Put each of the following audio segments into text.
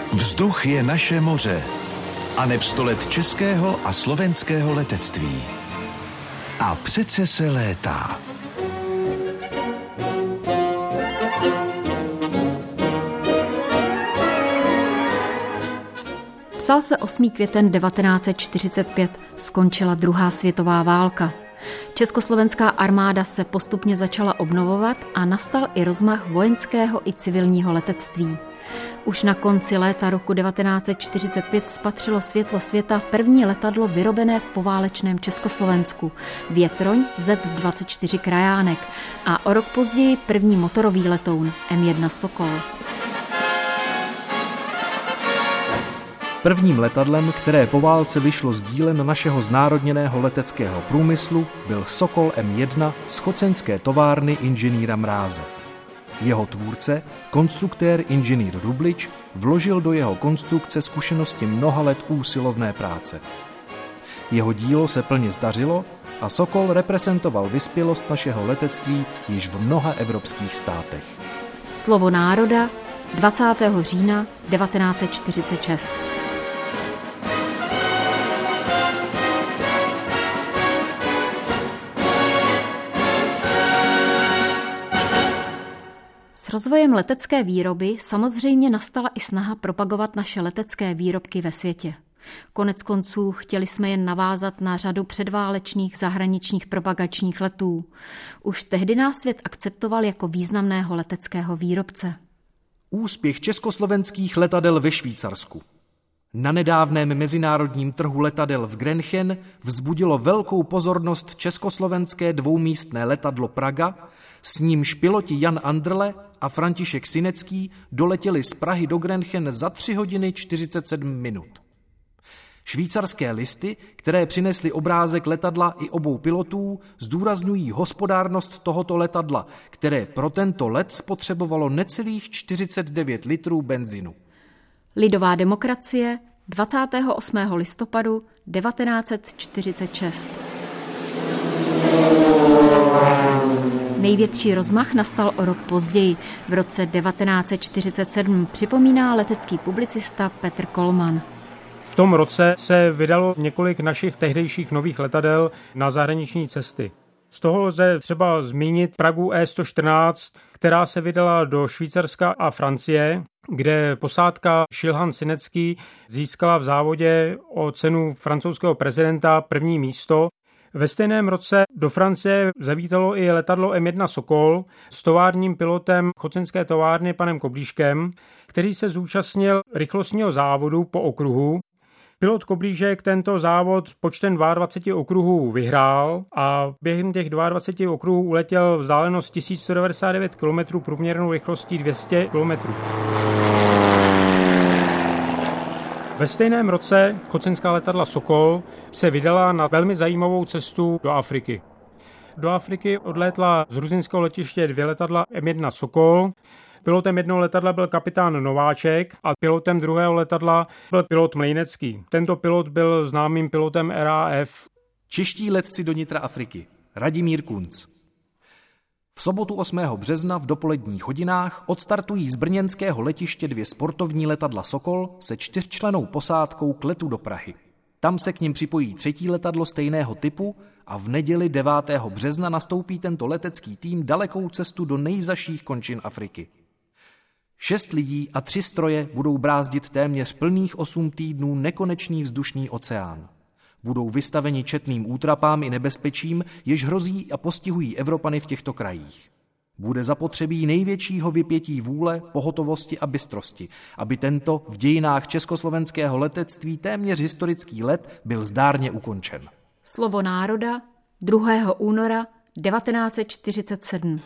Vzduch je naše moře. Aneb 100 let českého a slovenského letectví. A přece se létá. Psal se 8. květen 1945, skončila druhá světová válka. Československá armáda se postupně začala obnovovat a nastal i rozmach vojenského i civilního letectví. Už na konci léta roku 1945 spatřilo světlo světa první letadlo vyrobené v poválečném Československu, Větroň Z-24 Krajánek, a o rok později první motorový letoun M1 Sokol. Prvním letadlem, které po válce vyšlo z dílen našeho znárodněného leteckého průmyslu, byl Sokol M1 z chocenské továrny inženýra Mráze. Jeho tvůrce, konstruktér inženýr Rublič, vložil do jeho konstrukce zkušenosti mnoha let úsilovné práce. Jeho dílo se plně zdařilo a Sokol reprezentoval vyspělost našeho letectví již v mnoha evropských státech. Slovo národa 20. října 1946. S rozvojem letecké výroby samozřejmě nastala i snaha propagovat naše letecké výrobky ve světě. Konec konců chtěli jsme jen navázat na řadu předválečných zahraničních propagačních letů. Už tehdy nás svět akceptoval jako významného leteckého výrobce. Úspěch československých letadel ve Švýcarsku. Na nedávném mezinárodním trhu letadel v Grenchen vzbudilo velkou pozornost československé dvoumístné letadlo Praga, s nímž piloti Jan Andrle a František Synecký doletěli z Prahy do Grenchen za 3 hodiny 47 minut. Švýcarské listy, které přinesly obrázek letadla i obou pilotů, zdůrazňují hospodárnost tohoto letadla, které pro tento let spotřebovalo necelých 49 litrů benzinu. Lidová demokracie 28. listopadu 1946. Největší rozmach nastal o rok později. V roce 1947 připomíná letecký publicista Petr Kolman. V tom roce se vydalo několik našich tehdejších nových letadel na zahraniční cesty. Z toho lze třeba zmínit Pragu E114, která se vydala do Švýcarska a Francie, kde posádka Šilhan Synecký získala v závodě o cenu francouzského prezidenta první místo. Ve stejném roce do Francie zavítalo i letadlo M1 Sokol s továrním pilotem chocenské továrny panem Koblížkem, který se zúčastnil rychlostního závodu po okruhu. Pilot Koblížek tento závod počtem 22 okruhů vyhrál a během těch 22 okruhů uletěl vzdálenost 1199 km průměrnou rychlostí 200 km. Ve stejném roce chocenská letadla Sokol se vydala na velmi zajímavou cestu do Afriky. Do Afriky odlétla z gruzínského letiště 2 letadla M1 Sokol. Pilotem jednoho letadla byl kapitán Nováček a pilotem druhého letadla byl pilot Mlejnecký. Tento pilot byl známým pilotem RAF. Čeští letci do nitra Afriky. Radimír Kunc. V sobotu 8. března v dopoledních hodinách odstartují z brněnského letiště 2 sportovní letadla Sokol se 4člennou posádkou k letu do Prahy. Tam se k nim připojí 3. letadlo stejného typu a v neděli 9. března nastoupí tento letecký tým dalekou cestu do nejzaších končin Afriky. 6 lidí a 3 stroje budou brázdit téměř plných 8 týdnů nekonečný vzdušný oceán. Budou vystaveni četným útrapám i nebezpečím, jež hrozí a postihují Evropany v těchto krajích. Bude zapotřebí největšího vypětí vůle, pohotovosti a bystrosti, aby tento v dějinách československého letectví téměř historický let byl zdárně ukončen. Slovo národa 2. února 1947.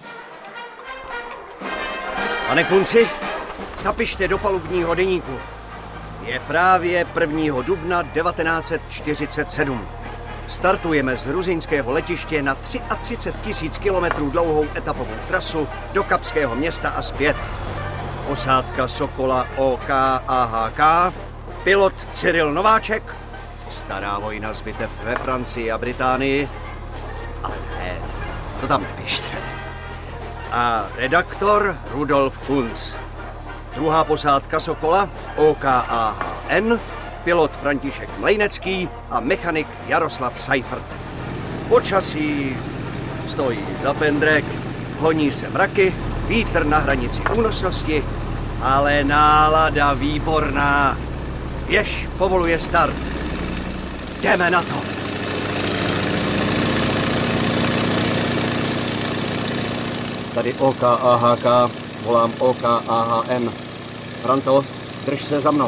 Pane Kunci, zapište do palubního deníku. Je právě 1. dubna 1947. Startujeme z gruzínského letiště na 33 000 km dlouhou etapovou trasu do Kapského Města a zpět. Posádka Sokola OK AHK, pilot Cyril Nováček, stará vojna z bitev ve Francii a Británii, ale ne, to tam nepište. A redaktor Rudolf Kunz. Druhá posádka Sokola, OKAHN, pilot František Mlejnecký a mechanik Jaroslav Seifert. Počasí stojí za pendrek, honí se mraky, vítr na hranici únosnosti, ale nálada výborná. Věž povoluje start. Jdeme na to. Tady OKAHK, volám OKAHN. Franto, drž se za mnou.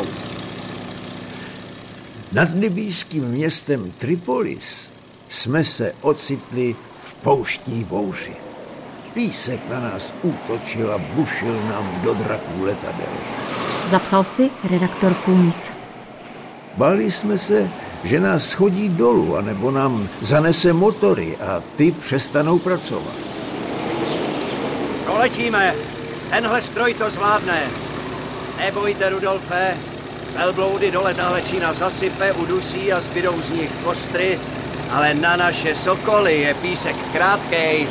Nad libýským městem Tripolis jsme se ocitli v pouštní bouři. Písek na nás útočil a bušil nám do draků letadel. Zapsal si redaktor Kunc. Báli jsme se, že nás schodí dolů, anebo nám zanese motory a ty přestanou pracovat. Proletíme. Tenhle stroj to zvládne. Nebojte, Rudolfe. Velbloudy dole tahle Čína zasype, udusí a zbydou z nich kostry, ale na naše sokoly je písek krátkej.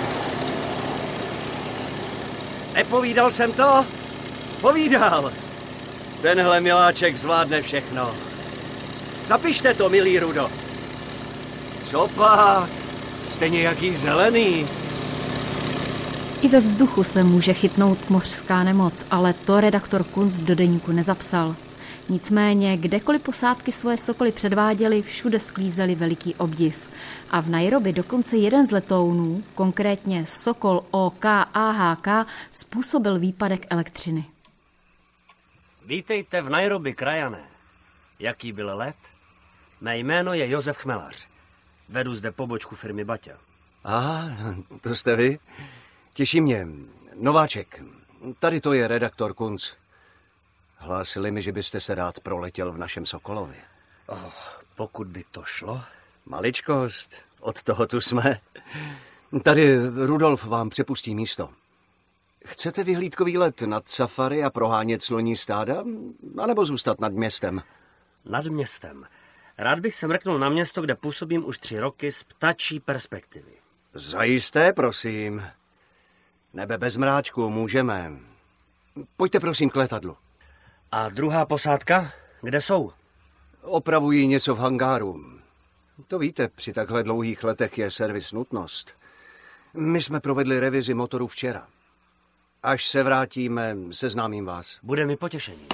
Nepovídal jsem to? Povídal. Tenhle miláček zvládne všechno. Zapište to, milý Rudo. Copak? Jste nějaký zelený. I ve vzduchu se může chytnout mořská nemoc, ale to redaktor Kunc do deníku nezapsal. Nicméně, kdekoliv posádky svoje sokoly předváděly, všude sklízeli veliký obdiv. A v Nairobi dokonce jeden z letounů, konkrétně Sokol OKAHK, způsobil výpadek elektřiny. Vítejte v Nairobi, krajané. Jaký byl let? Mé jméno je Josef Chmelař. Vedu zde pobočku firmy Baťa. Aha, to jste vy? Těší mě. Nováček. Tady to je redaktor Kunc. Hlásili mi, že byste se rád proletěl v našem Sokolovi. Pokud by to šlo. Maličkost. Od toho tu jsme. Tady Rudolf vám přepustí místo. Chcete vyhlídkový let nad safari a prohánět sloní stáda? A nebo zůstat nad městem? Nad městem. Rád bych se mrknul na město, kde působím už 3 roky z ptačí perspektivy. Zajisté, prosím. Nebe bez mráčku, můžeme. Pojďte prosím k letadlu. A druhá posádka? Kde jsou? Opravují něco v hangáru. To víte, při takhle dlouhých letech je servis nutnost. My jsme provedli revizi motoru včera. Až se vrátíme, seznámím vás. Bude mi potěšení.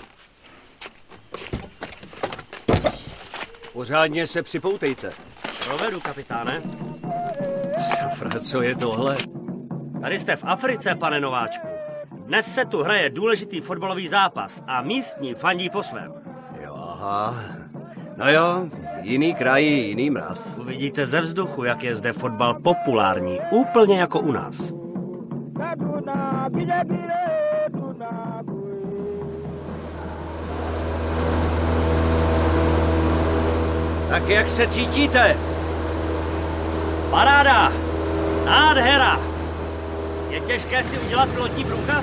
Pořádně se připoutejte. Provedu, kapitáne. Safra, co je tohle? Tady jste v Africe, pane Nováčku. Dnes se tu hraje důležitý fotbalový zápas a místní fandí po svém. Jo, aha. No jo, jiný kraj, jiný mrav. Uvidíte ze vzduchu, jak je zde fotbal populární, úplně jako u nás. Tak jak se cítíte? Paráda! Nádhera! Je těžké si udělat pilotní průkaz?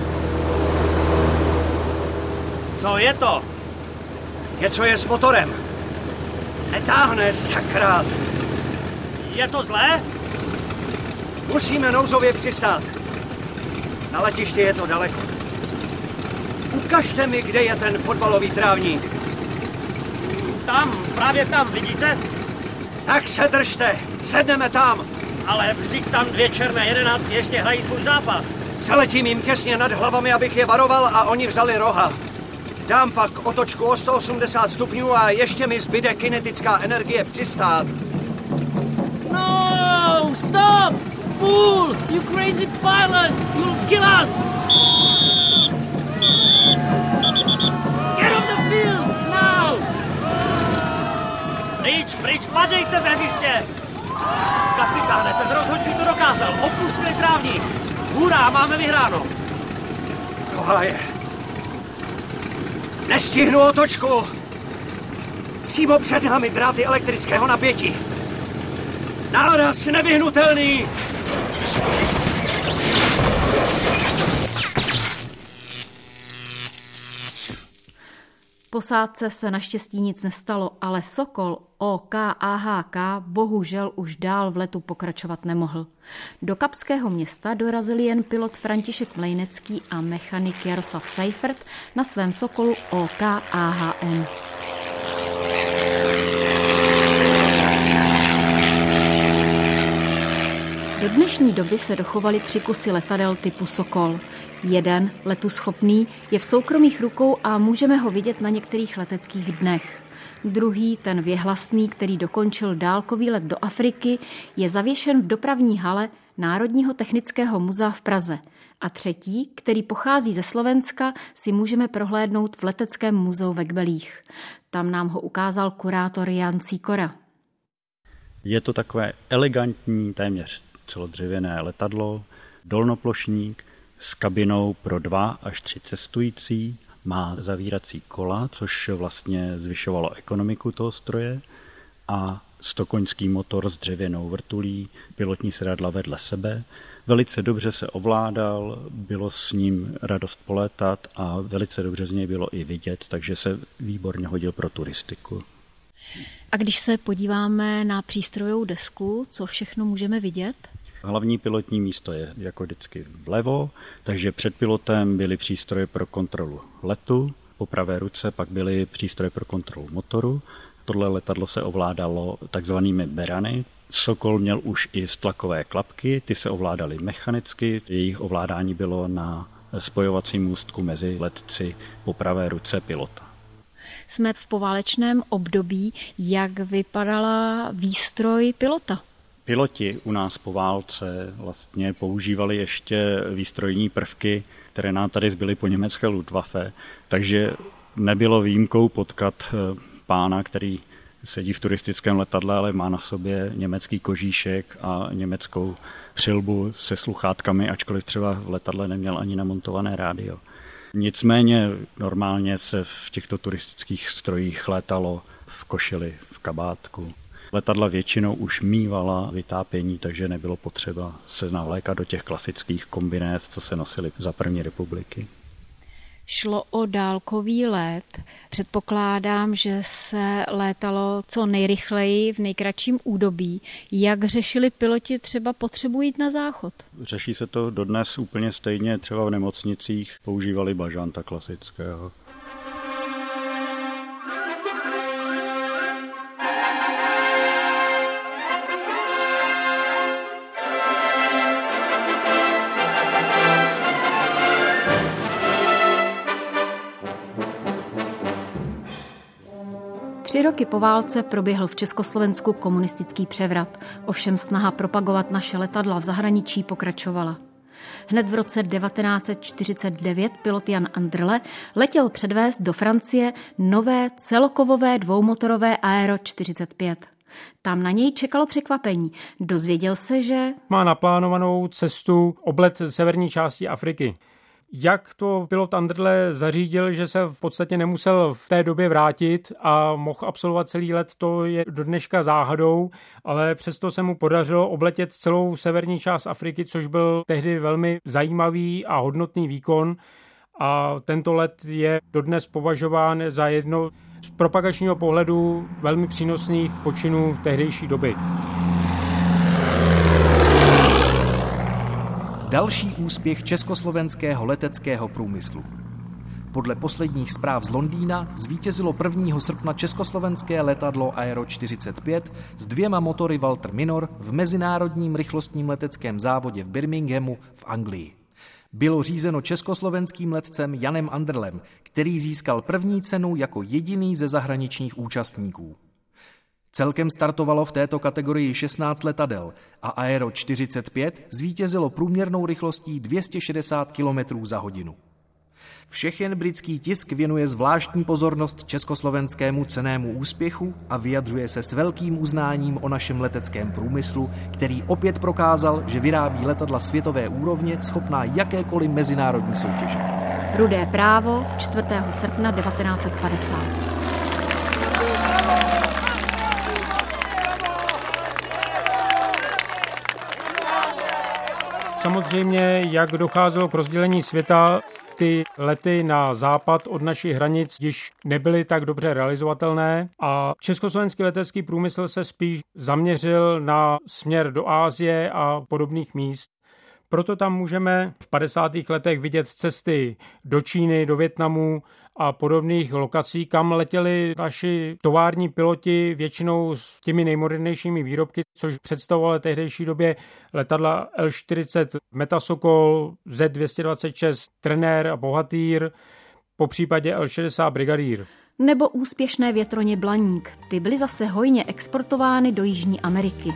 Co je to? Něco je s motorem. Netáhne, sakra. Je to zlé? Musíme nouzově přistát. Na letišti je to daleko. Ukažte mi, kde je ten fotbalový trávník. Tam, právě tam, vidíte? Tak se držte, sedneme tam. Ale vždyť tam 2 černé 11 ještě hrají svůj zápas. Přeletím jim těsně nad hlavami, abych je varoval a oni vzali roha. Dám pak otočku o 180 stupňů a ještě mi zbyde kinetická energie přistát. No! Stop! Fool! You crazy pilot! You'll kill us! Get off the field! Now! Pryč, padejte ze hřiště! Kapitáne, ten rozhodčí to dokázal. Opustili trávník. Hurá, máme vyhráno. Tohle je. Nestihnu otočku. Přímo před námi dráty elektrického napětí. Náraz nevyhnutelný. Posádce se naštěstí nic nestalo, ale Sokol OKAHK bohužel už dál v letu pokračovat nemohl. Do Kapského města dorazili jen pilot František Mlejnecký a mechanik Jaroslav Seifert na svém Sokolu OKAHN. Do dnešní doby se dochovaly 3 kusy letadel typu Sokol. Jeden, letuschopný, je v soukromých rukou a můžeme ho vidět na některých leteckých dnech. Druhý, ten věhlasný, který dokončil dálkový let do Afriky, je zavěšen v dopravní hale Národního technického muzea v Praze. A třetí, který pochází ze Slovenska, si můžeme prohlédnout v Leteckém muzeu ve Kbelích. Tam nám ho ukázal kurátor Jan Cíkora. Je to takové elegantní, téměř celodřevěné letadlo, dolnoplošník s kabinou pro 2 až 3 cestující, má zavírací kola, což vlastně zvyšovalo ekonomiku toho stroje, a 100koňský motor s dřevěnou vrtulí, pilotní sedadla vedle sebe. Velice dobře se ovládal, bylo s ním radost polétat a velice dobře z něj bylo i vidět, takže se výborně hodil pro turistiku. A když se podíváme na přístrojovou desku, co všechno můžeme vidět? Hlavní pilotní místo je jako vždycky vlevo, takže před pilotem byly přístroje pro kontrolu letu, po pravé ruce pak byly přístroje pro kontrolu motoru. Tohle letadlo se ovládalo takzvanými berany. Sokol měl už i stlakové klapky, ty se ovládaly mechanicky, jejich ovládání bylo na spojovacím můstku mezi letci po pravé ruce pilota. Jsme v poválečném období, jak vypadala výstroj pilota? Piloti u nás po válce vlastně používali ještě výstrojní prvky, které nám tady zbyly po německé Luftwaffe, takže nebylo výjimkou potkat pána, který sedí v turistickém letadle, ale má na sobě německý kožíšek a německou přilbu se sluchátkami, ačkoliv třeba v letadle neměl ani namontované rádio. Nicméně normálně se v těchto turistických strojích létalo v košili, v kabátku. Letadla většinou už mívala vytápění, takže nebylo potřeba se navlékat do těch klasických kombinés, co se nosily za první republiky. Šlo o dálkový let. Předpokládám, že se létalo co nejrychleji v nejkratším údobí. Jak řešili piloti třeba potřebu jít na záchod? Řeší se to dodnes úplně stejně, třeba v nemocnicích používali bažanta klasického. Tři roky po válce proběhl v Československu komunistický převrat, ovšem snaha propagovat naše letadla v zahraničí pokračovala. Hned v roce 1949 pilot Jan Anderle letěl předvést do Francie nové celokovové dvoumotorové Aero 45. Tam na něj čekalo překvapení. Dozvěděl se, že má naplánovanou cestu oblet severní části Afriky. Jak to pilot Anderle zařídil, že se v podstatě nemusel v té době vrátit a mohl absolvovat celý let, to je do dneška záhadou, ale přesto se mu podařilo obletět celou severní část Afriky, což byl tehdy velmi zajímavý a hodnotný výkon. A tento let je dodnes považován za jedno z propagačního pohledu velmi přínosných počinů tehdejší doby. Další úspěch československého leteckého průmyslu. Podle posledních zpráv z Londýna zvítězilo 1. srpna československé letadlo Aero 45 s 2 motory Walter Minor v mezinárodním rychlostním leteckém závodě v Birminghamu v Anglii. Bylo řízeno československým letcem Janem Anderlem, který získal první cenu jako jediný ze zahraničních účastníků. Celkem startovalo v této kategorii 16 letadel a Aero 45 zvítězilo průměrnou rychlostí 260 km za hodinu. Všechen britský tisk věnuje zvláštní pozornost československému cennému úspěchu a vyjadřuje se s velkým uznáním o našem leteckém průmyslu, který opět prokázal, že vyrábí letadla světové úrovně schopná jakékoliv mezinárodní soutěže. Rudé právo 4. srpna 1950. Samozřejmě, jak docházelo k rozdělení světa, ty lety na západ od našich hranic již nebyly tak dobře realizovatelné a československý letecký průmysl se spíš zaměřil na směr do Asie a podobných míst. Proto tam můžeme v 50. letech vidět cesty do Číny, do Vietnamu a podobných lokací, kam letěli naši tovární piloti většinou s těmi nejmodernějšími výrobky, což představovalo v tehdejší době letadla L-40 Metasokol, Z-226 Trenér a Bohatýr, popřípadě L-60 Brigadír. Nebo úspěšné větroně Blaník. Ty byly zase hojně exportovány do Jižní Ameriky.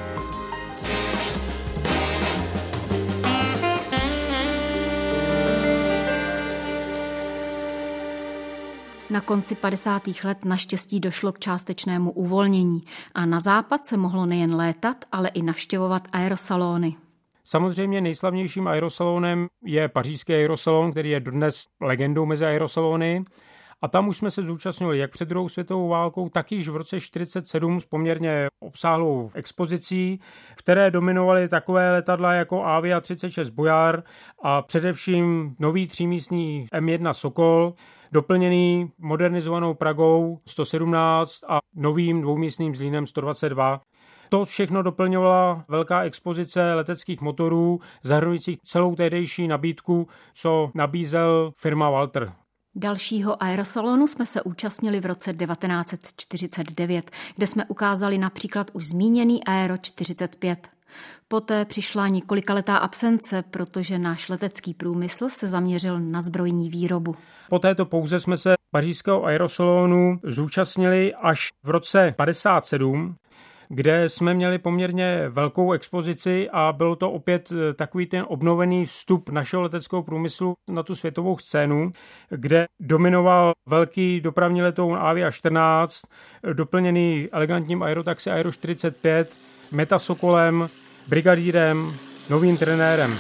Na konci 50. let naštěstí došlo k částečnému uvolnění a na západ se mohlo nejen létat, ale i navštěvovat aerosalony. Samozřejmě nejslavnějším aerosalonem je pařížský aerosalon, který je dodnes legendou mezi aerosalony. A tam už jsme se zúčastnili jak před druhou světovou válkou, tak již v roce 1947 s poměrně obsáhlou expozicí, které dominovaly takové letadla jako Avia 36 Bojar a především nový třímístný M1 Sokol, doplněný modernizovanou Pragou 117 a novým dvoumístným Zlínem 122. To všechno doplňovala velká expozice leteckých motorů, zahrnujících celou tehdejší nabídku, co nabízel firma Walter. Dalšího aerosalonu jsme se účastnili v roce 1949, kde jsme ukázali například už zmíněný Aero 45. Poté přišla několikaletá absence, protože náš letecký průmysl se zaměřil na zbrojní výrobu. Po této pauze jsme se pařížského aerosalonu zúčastnili až v roce 57, kde jsme měli poměrně velkou expozici a bylo to opět takový ten obnovený vstup našeho leteckého průmyslu na tu světovou scénu, kde dominoval velký dopravní letoun Avia 14, doplněný elegantním aerotaxi Aero 45, Metasokolem, Brigadírem, novým Trenérem.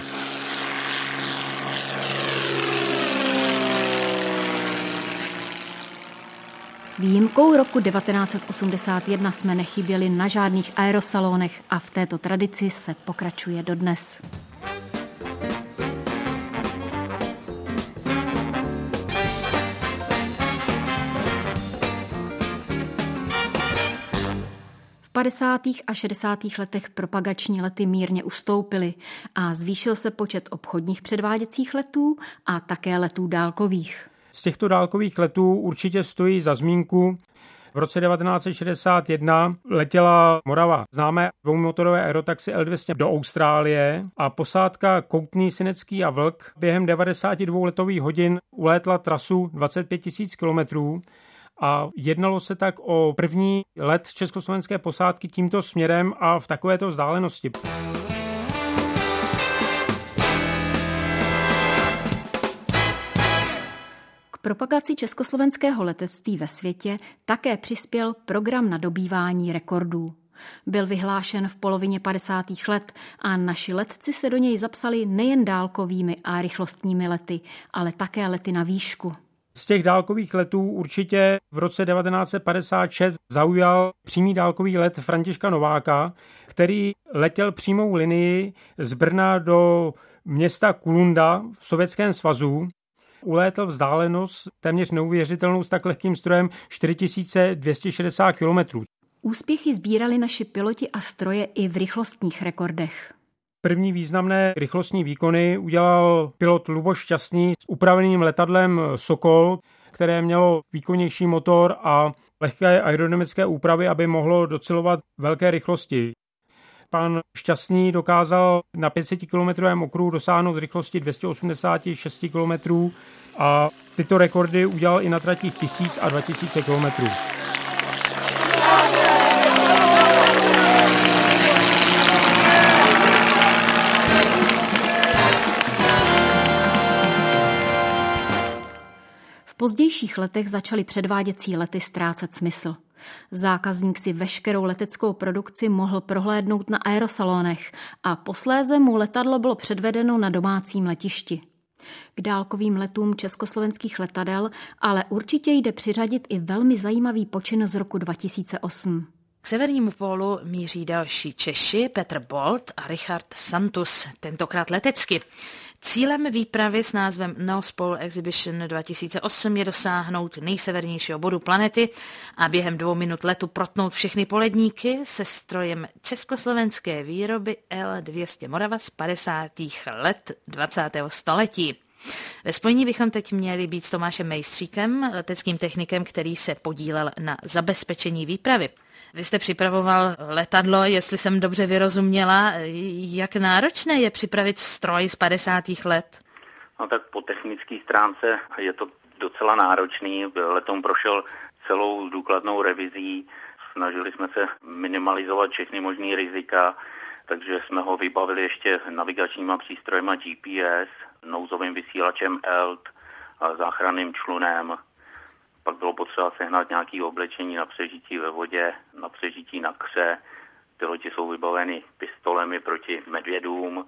S výjimkou roku 1981 jsme nechyběli na žádných aerosalonech a v této tradici se pokračuje dodnes. V 50. a 60. letech propagační lety mírně ustoupily a zvýšil se počet obchodních předváděcích letů a také letů dálkových. Z těchto dálkových letů určitě stojí za zmínku. V roce 1961 letěla Morava známé dvoumotorové aerotaxi L-200 do Austrálie a posádka Koutný, Synecký a Vlk během 92 letových hodin ulétla trasu 25 000 kilometrů a jednalo se tak o první let československé posádky tímto směrem a v takovéto vzdálenosti. Propagaci československého letectví ve světě také přispěl program na dobývání rekordů. Byl vyhlášen v polovině 50. let a naši letci se do něj zapsali nejen dálkovými a rychlostními lety, ale také lety na výšku. Z těch dálkových letů určitě v roce 1956 zaujal přímý dálkový let Františka Nováka, který letěl přímou linii z Brna do města Kulunda v Sovětském svazu. Ulétl vzdálenost téměř neuvěřitelnou s tak lehkým strojem 4260 kilometrů. Úspěchy sbírali naši piloti a stroje i v rychlostních rekordech. První významné rychlostní výkony udělal pilot Luboš Šťastný s upraveným letadlem Sokol, které mělo výkonnější motor a lehké aerodynamické úpravy, aby mohlo docelovat velké rychlosti. Pan Šťastný dokázal na 500-kilometrovém okruhu dosáhnout rychlosti 286 km a tyto rekordy udělal i na tratích 1000 a 2000 km. V pozdějších letech začaly předváděcí lety ztrácet smysl. Zákazník si veškerou leteckou produkci mohl prohlédnout na aerosalonech a posléze mu letadlo bylo předvedeno na domácím letišti. K dálkovým letům československých letadel ale určitě jde přiřadit i velmi zajímavý počin z roku 2008. K severnímu pólu míří další Češi Petr Bolt a Richard Santus, tentokrát letecky. Cílem výpravy s názvem North Pole Exhibition 2008 je dosáhnout nejsevernějšího bodu planety a během 2 minut letu protnout všechny poledníky se strojem československé výroby L200 Morava z 50. let 20. století. Ve spojení bychom teď měli být s Tomášem Mejstříkem, leteckým technikem, který se podílel na zabezpečení výpravy. Vy jste připravoval letadlo, jestli jsem dobře vyrozuměla. Jak náročné je připravit stroj z 50. let? No tak po technické stránce je to docela náročný. Letoun prošel celou důkladnou revizí. Snažili jsme se minimalizovat všechny možné rizika, takže jsme ho vybavili ještě navigačníma přístrojema GPS, nouzovým vysílačem ELT a záchranným člunem. Pak bylo potřeba sehnat nějaké oblečení na přežití ve vodě, na přežití na kře. Piloti jsou vybaveni pistolemi proti medvědům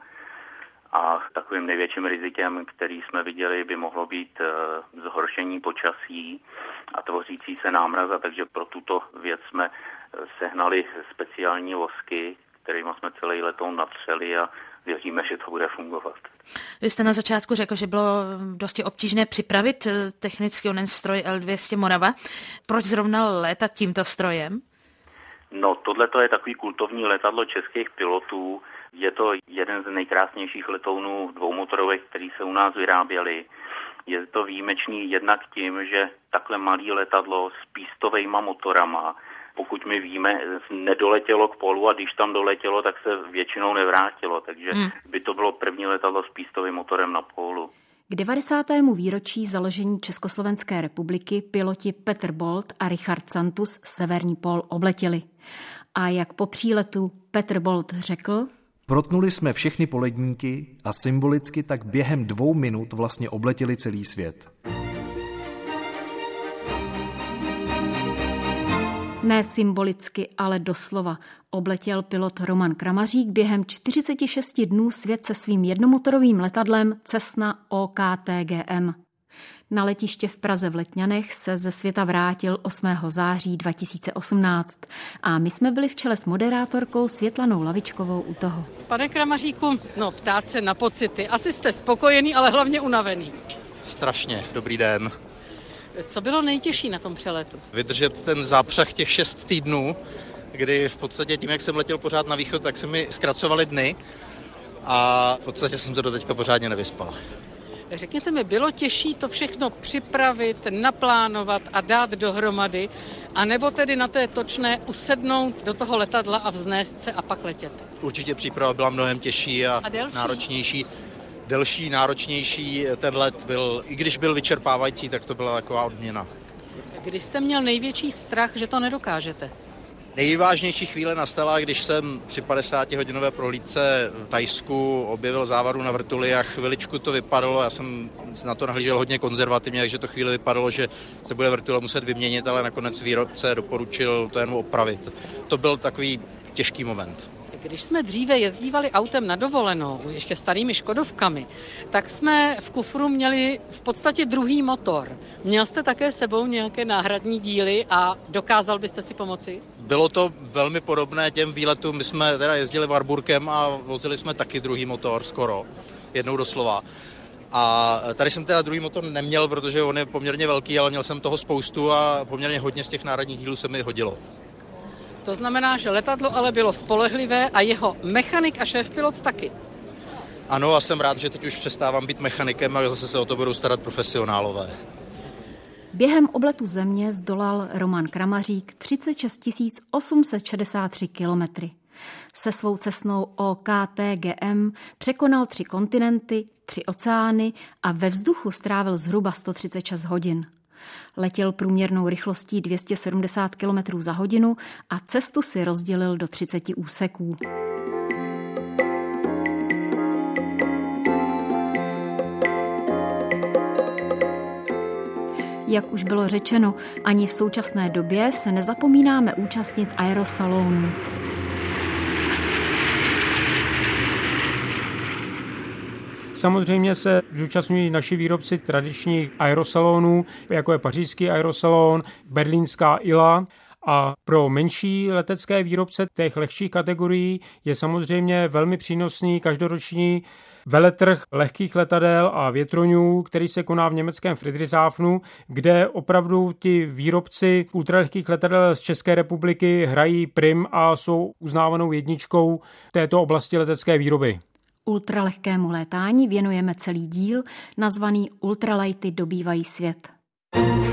a takovým největším rizikem, který jsme viděli, by mohlo být zhoršení počasí a tvořící se námraza, takže pro tuto věc jsme sehnali speciální vosky, kterými jsme celý letoun natřeli a věříme, že to bude fungovat. Vy jste na začátku řekl, že bylo dosti obtížné připravit technicky onen stroj L200 Morava. Proč zrovna létat tímto strojem? No, tohleto je takový kultovní letadlo českých pilotů. Je to jeden z nejkrásnějších letounů dvoumotorových, který se u nás vyráběly. Je to výjimečný jednak tím, že takhle malý letadlo s pístovejma motorama, pokud my víme, nedoletělo k polu a když tam doletělo, tak se většinou nevrátilo. Takže by to bylo první letadlo s pístovým motorem na pólu. K 90. výročí založení Československé republiky piloti Petr Bolt a Richard Santus severní pól obletěli. A jak po příletu Petr Bolt řekl: Protnuli jsme všechny poledníky a symbolicky tak během 2 minut vlastně obletěli celý svět. Ne symbolicky, ale doslova obletěl pilot Roman Kramařík během 46 dnů svět se svým jednomotorovým letadlem Cessna OKTGM. Na letiště v Praze v Letňanech se ze světa vrátil 8. září 2018 a my jsme byli v čele s moderátorkou Světlanou Lavičkovou u toho. Pane Kramaříku, ptát se na pocity. Asi jste spokojený, ale hlavně unavený. Strašně, dobrý den. Co bylo nejtěžší na tom přeletu? Vydržet ten zápřah těch 6 týdnů, kdy v podstatě tím, jak jsem letěl pořád na východ, tak se mi zkracovaly dny a v podstatě jsem se do teďka pořádně nevyspal. Řekněte mi, bylo těžší to všechno připravit, naplánovat a dát dohromady, anebo tedy na té točné usednout do toho letadla a vznést se a pak letět? Určitě příprava byla mnohem těžší a náročnější. Delší, náročnější ten let byl, i když byl vyčerpávající, tak to byla taková odměna. Kdy jste měl největší strach, že to nedokážete? Nejvážnější chvíle nastala, když jsem při 50-hodinové prohlídce v Thajsku objevil závadu na vrtuli a chviličku to vypadalo, já jsem na to nahlížel hodně konzervativně, takže to chvíli vypadalo, že se bude vrtule muset vyměnit, ale nakonec výrobce doporučil to jen opravit. To byl takový těžký moment. Když jsme dříve jezdívali autem na dovolenou, ještě starými Škodovkami, tak jsme v kufru měli v podstatě druhý motor. Měl jste také sebou nějaké náhradní díly a dokázal byste si pomoci? Bylo to velmi podobné těm výletům. My jsme teda jezdili Warburgem a vozili jsme taky druhý motor skoro, jednou doslova. A tady jsem teda druhý motor neměl, protože on je poměrně velký, ale měl jsem toho spoustu a poměrně hodně z těch náhradních dílů se mi hodilo. To znamená, že letadlo ale bylo spolehlivé a jeho mechanik a šéfpilot taky. Ano, a jsem rád, že teď už přestávám být mechanikem a zase se o to budou starat profesionálové. Během obletu země zdolal Roman Kramařík 36 863 kilometry. Se svou Cessnou OKTGM překonal 3 kontinenty, 3 oceány a ve vzduchu strávil zhruba 136 hodin. Letěl průměrnou rychlostí 270 km za hodinu a cestu si rozdělil do 30 úseků. Jak už bylo řečeno, ani v současné době se nezapomínáme účastnit aerosalonů. Samozřejmě se zúčastňují naši výrobci tradičních aerosalonů, jako je pařížský aerosalon, berlínská ILA, A pro menší letecké výrobce těch lehčích kategorií je samozřejmě velmi přínosný každoroční veletrh lehkých letadel a větroňů, který se koná v německém Friedrichshafenu, kde opravdu ti výrobci ultralehkých letadel z České republiky hrají prim a jsou uznávanou jedničkou této oblasti letecké výroby. Ultralehkému létání věnujeme celý díl, nazvaný Ultralighty dobývají svět.